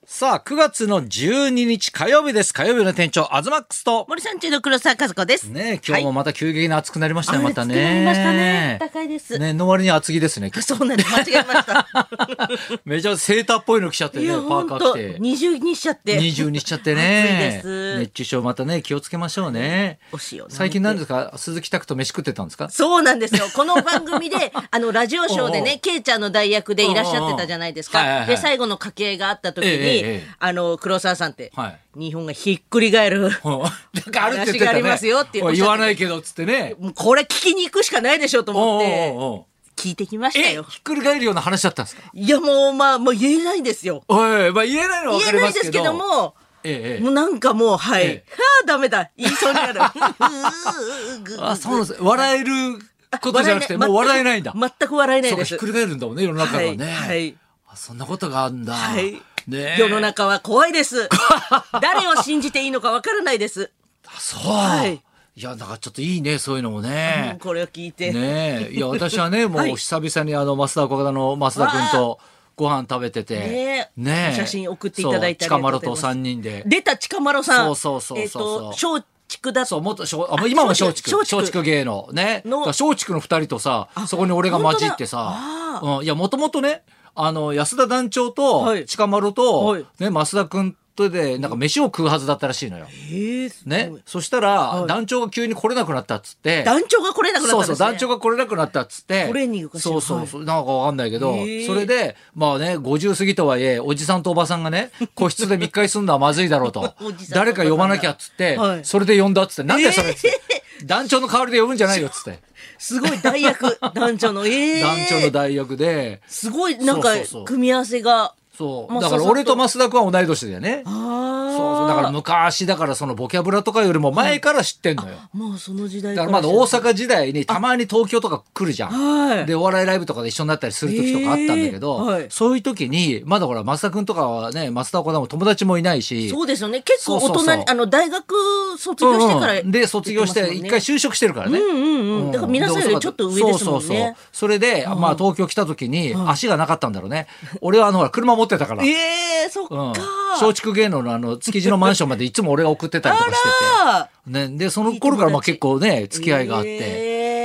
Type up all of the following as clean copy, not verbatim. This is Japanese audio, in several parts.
さあ、9月の12日火曜日です。火曜日の店長、アズマックスと。 森さん中の黒沢和子です。 ね、今日もまた急激に暑くなりましたね、またね。 暑くなりましたね。高いです。 ね、の割に厚着ですね。 そうなんです。間違えました。 めちゃセーターっぽいの着ちゃってね、パーカー着て。 20にしちゃって。 20にしちゃってね。 暑いです。 熱中症またね、気をつけましょうね。最近何ですか、鈴木拓と飯食ってたんですか？ そうなんですよ。この番組で、ラジオショーでね、ケイちゃんの代役でいらっしゃってたじゃないですか。で、最後の掛け合いがあった時に、黒沢さんって、日本がひっくり返る話がありますよって言わないけどっつってね、 これ聞きに行くしかないでしょと思って聞いてきましたよ。 ひっくり返るような話だったんですか？ いやもう言えないんですよ。 言えないのは分かりますけど、 言えないですけども、もうなんかもうダメだ言いそうになる。 そうなんです。笑えることじゃなくてもう笑えないんだ。 全く笑えないです。 ひっくり返るんだもんね、世の中がね。そんなことがあるんだ。 世の中は怖いです。誰を信じていいのかわからないです。 そう。いや、だからちょっといいね、そういうのもね。 これを聞いて。 ね、いや、私はね、もう久々に増田岡田の増田君とご飯食べてて。 ね。写真送っていただいて。 近丸と3人で。 出た近丸さん。 そう。 松竹だと。 今も松竹芸能ね。松竹の2人とさ、そこに俺が混じってさ。いや、もともとね、安田団長と近丸と、ね、増田君とでなんか飯を食うはずだったらしいのよ。ね、そしたら、団長が急に来れなくなったっつって。 団長が来れなくなったんですね。 そう、団長が来れなくなったっつって。 トレーニングかしら。 そう、なんかわかんないけど、それでまあね、50過ぎとはいえおじさんとおばさんがね、個室で密会すんのはまずいだろうと。誰か呼ばなきゃっつって、それで呼んだっつって、なんでそれっつって。団長の代わりで呼ぶんじゃないよっつって。 すごい代役、団長の。 団長の代役で。 すごいなんか組み合わせが。 そう。だから俺と増田君は同い年だよね。そう。だから昔、だからそのボキャブラとかよりも前から知ってんのよ。 もうその時代だからまだ大阪時代にたまに東京とか来るじゃん。で、お笑いライブとかで一緒になったりする時とかあったんだけど、そういう時に、まだほら、増田君とかはね、増田岡田も友達もいないし。 そうですよね。結構大人に、大学卒業してから。 で、卒業して一回就職してるからね。 だから皆さんよりちょっと上ですもんね。そう。 それで、まあ東京来た時に足がなかったんだろうね。俺はほら、車持ってたから。 そっか。 松竹芸能の築地のマンションまでいつも俺が送ってたりとかしてて。ね、で、その頃からまあ結構ね、付き合いがあって、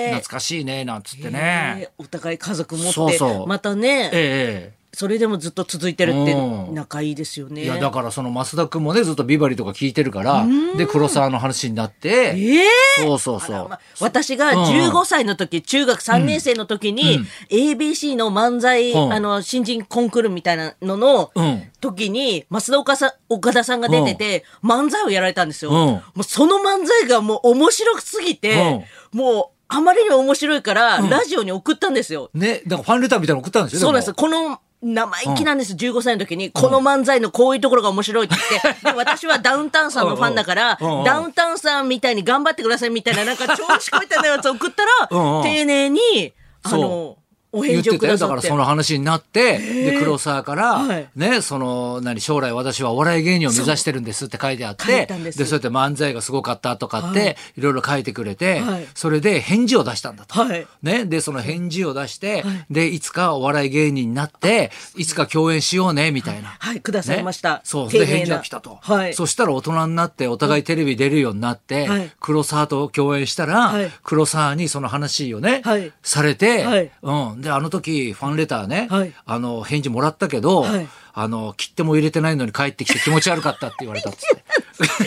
懐かしいね、なんつってね。 お互い家族持って、またね。それでもずっと続いてるって仲いいですよね。 いや、だからその増田君もね、ずっとビバリとか聞いてるから、で、黒沢の話になって、そう。 私が15歳の時、中学3年生の時に、ABC の漫才、新人コンクールみたいなのの時に、増田岡田さんが出てて、漫才をやられたんですよ。もうその漫才がもう面白すぎて、もう、あまりにも面白いから、ラジオに送ったんですよ。 ね、だからファンレターみたいなの送ったんですよ。 そうなんです。この生意気なんです、15歳の時に、この漫才のこういうところが面白いって言って、で私はダウンタウンさんのファンだから、ダウンタウンさんみたいに頑張ってくださいみたいな、なんか調子こいたようなやつを送ったら、丁寧に、お返事をくださって。 だからその話になって、で、黒沢から、ね、将来私はお笑い芸人を目指してるんですって書いてあって、で、そうやって漫才がすごかったとかって、いろいろ書いてくれて、それで返事を出したんだと。ね、で、その返事を出して、で、いつかお笑い芸人になって、いつか共演しようね、みたいな。 くださいました。 そう、で、返事が来たと。そしたら大人になって、お互いテレビ出るようになって、黒沢と共演したら、黒沢にその話をね、されて、で、あの時ファンレターね、返事もらったけど、切手も入れてないのに帰ってきて気持ち悪かったって言われたっつって。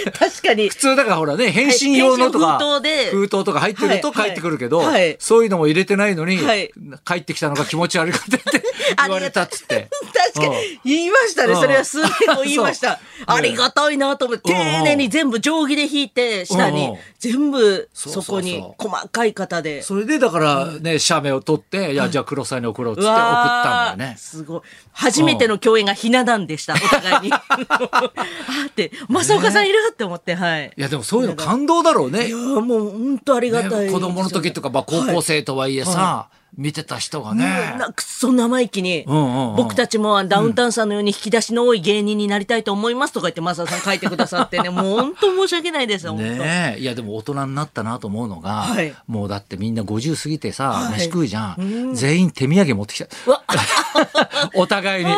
確かに。 普通だからほらね、返信用のとか、封筒とか入ってると帰ってくるけど、そういうのも入れてないのに、帰ってきたのが気持ち悪かったって言われたっつって。 確かに。言いましたね。それは数年後言いました。ありがたいなと思って、丁寧に全部定規で引いて、下に、全部そこに細かい型で。 それでだからね、写メを取って、いや、じゃあ黒沢に送ろうっつって送ったんだよね。 すごい。初めての共演がひな壇でした、お互いに。って、正岡さんいるって思って、はい。 いや、でもそういうの感動だろうね。 いや、もう本当ありがたい。 子供の時とか、高校生とはいえさ、見てた人がね。 くそ生意気に、僕たちもダウンタウンさんのように引き出しの多い芸人になりたいと思いますとか言って、正さん書いてくださってね、もう本当申し訳ないですよ。 ねえ。いや、でも大人になったなと思うのが、もうだってみんな50過ぎてさ、飯食うじゃん。全員手土産持ってきた。お互いに。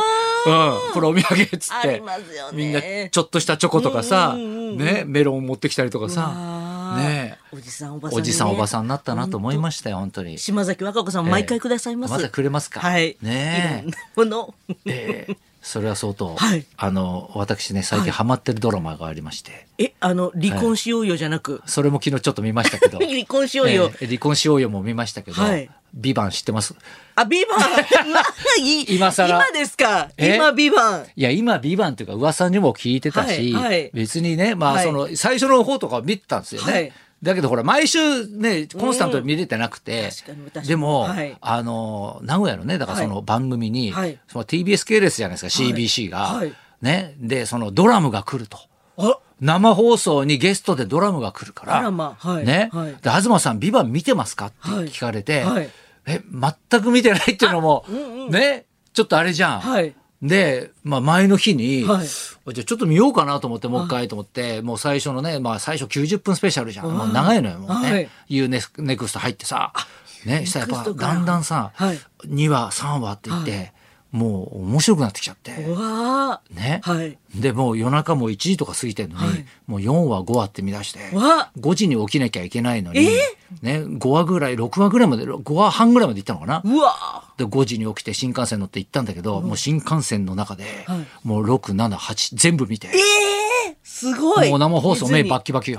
これお土産っつっあてりますよね。 みんなちょっとしたチョコとかさ、ね、メロン持ってきたりとかさ、ね、 おじさんおばさん、ね、 おじさんおばさんになったなと思いましたよ本当に。 島崎和歌子さん毎回くださいます。 またくれますか。 はいね、 いろんなもの。 それは相当、 はい、 私ね最近ハマってるドラマがありまして、 離婚しようよじゃなく、 それも昨日ちょっと見ましたけど離婚しようよ、 離婚しようよも見ましたけど、ビバン知ってます？ ビバン今更今ですか？今ビバン。 いや今ビバンっていうか噂にも聞いてたし、別にねまあその最初の方とか見てたんですよね。だけどほら毎週ねコンスタントに見れてなくて、でも、名古屋のねだからその番組に、その TBS 系列じゃないですか、CBC が、ねでそのドラムが来ると。生放送にゲストでドラムが来るから、ね、で東さんビバン見てますかって聞かれて、全く見てないっていうのもねちょっとあれじゃん。で、まあ、前の日に、じゃあちょっと見ようかなと思ってもう一回と思って、もう最初のね、まあ、最初90分スペシャルじゃん、もう長いのよもうね、ネクスト入ってさ、ね、したらやっぱだんだんさ、2話3話って言って、もう面白くなってきちゃって、ね、でもう夜中も1時とか過ぎてんのに、もう4話5話って見出して5時に起きなきゃいけないのに、ね、5話ぐらい6話ぐらいまで5話半ぐらいまで行ったのかな。で5時に起きて新幹線乗って行ったんだけど、もう新幹線の中で、もう6、7、8全部見て、 すごい。 もう生放送目バッキバキよ。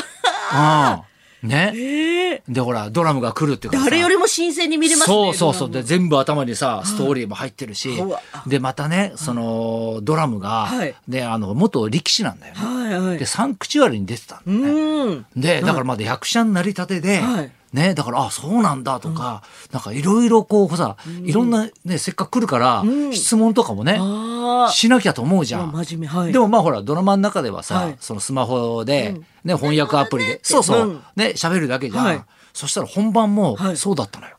ね、でほらドラムが来るっていうか誰よりも新鮮に見れますね。 そうで全部頭にさストーリーも入ってるし、でまたねそのドラムが、で元力士なんだよね、でサンクチュアリに出てたんだよね、でだからまだ役者になりたてで、ね、だからそうなんだとか、なんかいろいろこうさ、いろんなねせっかく来るから、質問とかもねしなきゃと思うじゃん。 真面目、 でもまあほらドラマの中ではさ、そのスマホで、ね、翻訳アプリでね喋るだけじゃん、そしたら本番もそうだったのよ。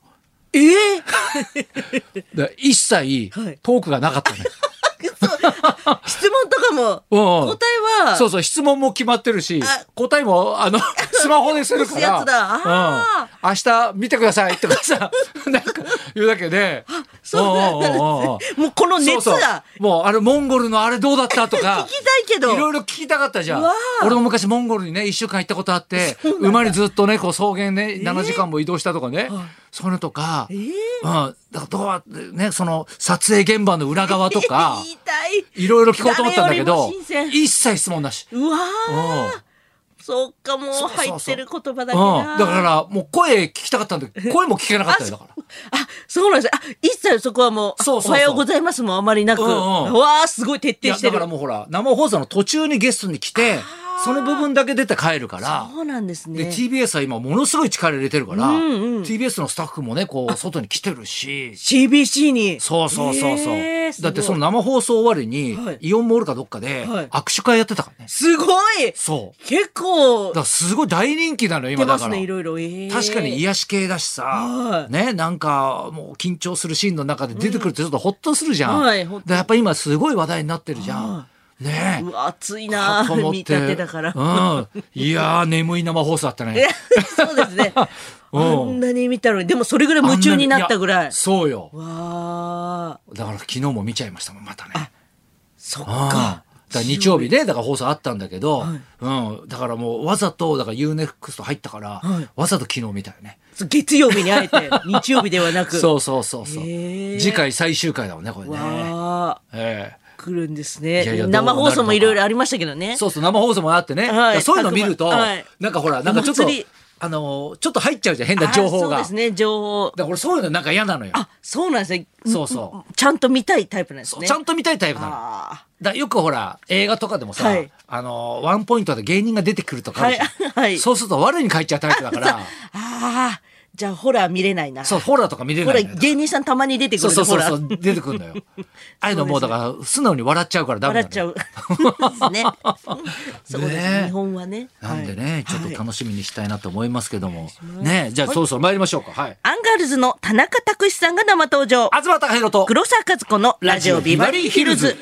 一切トークがなかったのよ。 質問とかも答えはそう質問も決まってるし答えもスマホでするから明日見てくださいとかさなんか言うだけで、 もうこの熱がもうモンゴルのあれどうだったとか聞きたいけどいろいろ聞きたかったじゃん。俺も昔モンゴルにね1週間行ったことあって馬にずっとねこう草原ね7時間も移動したとかね、そういうのとか、だからどうやってねその撮影現場の裏側とかいろいろ聞こうと思ったんだけど一切質問なし。 そうかもう入ってる言葉だけな、 だからもう声聞きたかったんだけど声も聞けなかったよだから。 そうなんです。一切そこはもうおはようございますもあまりなく、わあすごい徹底してる。 だからもうほら生放送の途中にゲストに来てその部分だけ出て帰るから。 そうなんですね。 で TBS は今ものすごい力入れてるから、TBS のスタッフもねこう外に来てるし CBC にそうだってその生放送終わりに、イオンモールかどっかで握手会やってたからね。 すごい。結構だからすごい大人気なの今だから。 いろいろ、 確かに癒し系だしさ、ねなんかもう緊張するシーンの中で出てくるとちょっとホッとするじゃん、でやっぱ今すごい話題になってるじゃん。ね、 うわ熱いな見立てだから、 いや眠い生放送だったね。 そうですね。あんなに見たのにでもそれぐらい夢中になったぐらい。 そうよ。 わだから昨日も見ちゃいましたもんまたね。 そっか。 だから日曜日ねだから放送あったんだけど、だからもうわざとだから UNEXT 入ったから、わざと昨日見たよね。 月曜日にあえて日曜日ではなくそう次回最終回だもんねこれね。 来るんですね。生放送もいろいろありましたけどね。 そう生放送もあってね、そういうの見ると、なんかほらなんかちょっとちょっと入っちゃうじゃん変な情報が。 そうですね情報。 だからそういうのなんか嫌なのよ。 そうなんですね。ちゃんと見たいタイプなんですね。 ちゃんと見たいタイプなの。だよくほら映画とかでもさ、ワンポイントで芸人が出てくるとかあるじゃん、そうすると我に返っちゃうタイプだから。 じゃあホラー見れないな。 そうホラーとか見れない。 芸人さんたまに出てくる。 そう出てくるのよ。ああいうのもうだから素直に笑っちゃうからダメなの。 笑っちゃう。ね。そうです日本はね。 なんでねちょっと楽しみにしたいなと思いますけどもね。じゃあそろそろ参りましょうか。アンガールズの田中卓志さんが生登場。 東貴博と黒沢和子のラジオビバリーヒルズ。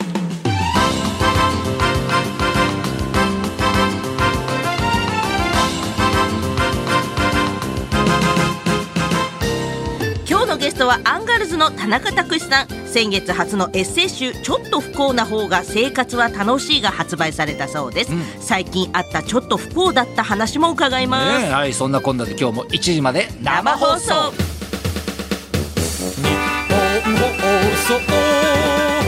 ゲストはアンガールズズの田中拓司さん、先月初のエッセイ集ちょっと不幸な方が生活は楽しいが発売されたそうです、最近あったちょっと不幸だった話も伺います、 はい、そんなこんなで今日も1時まで生放送。日本放送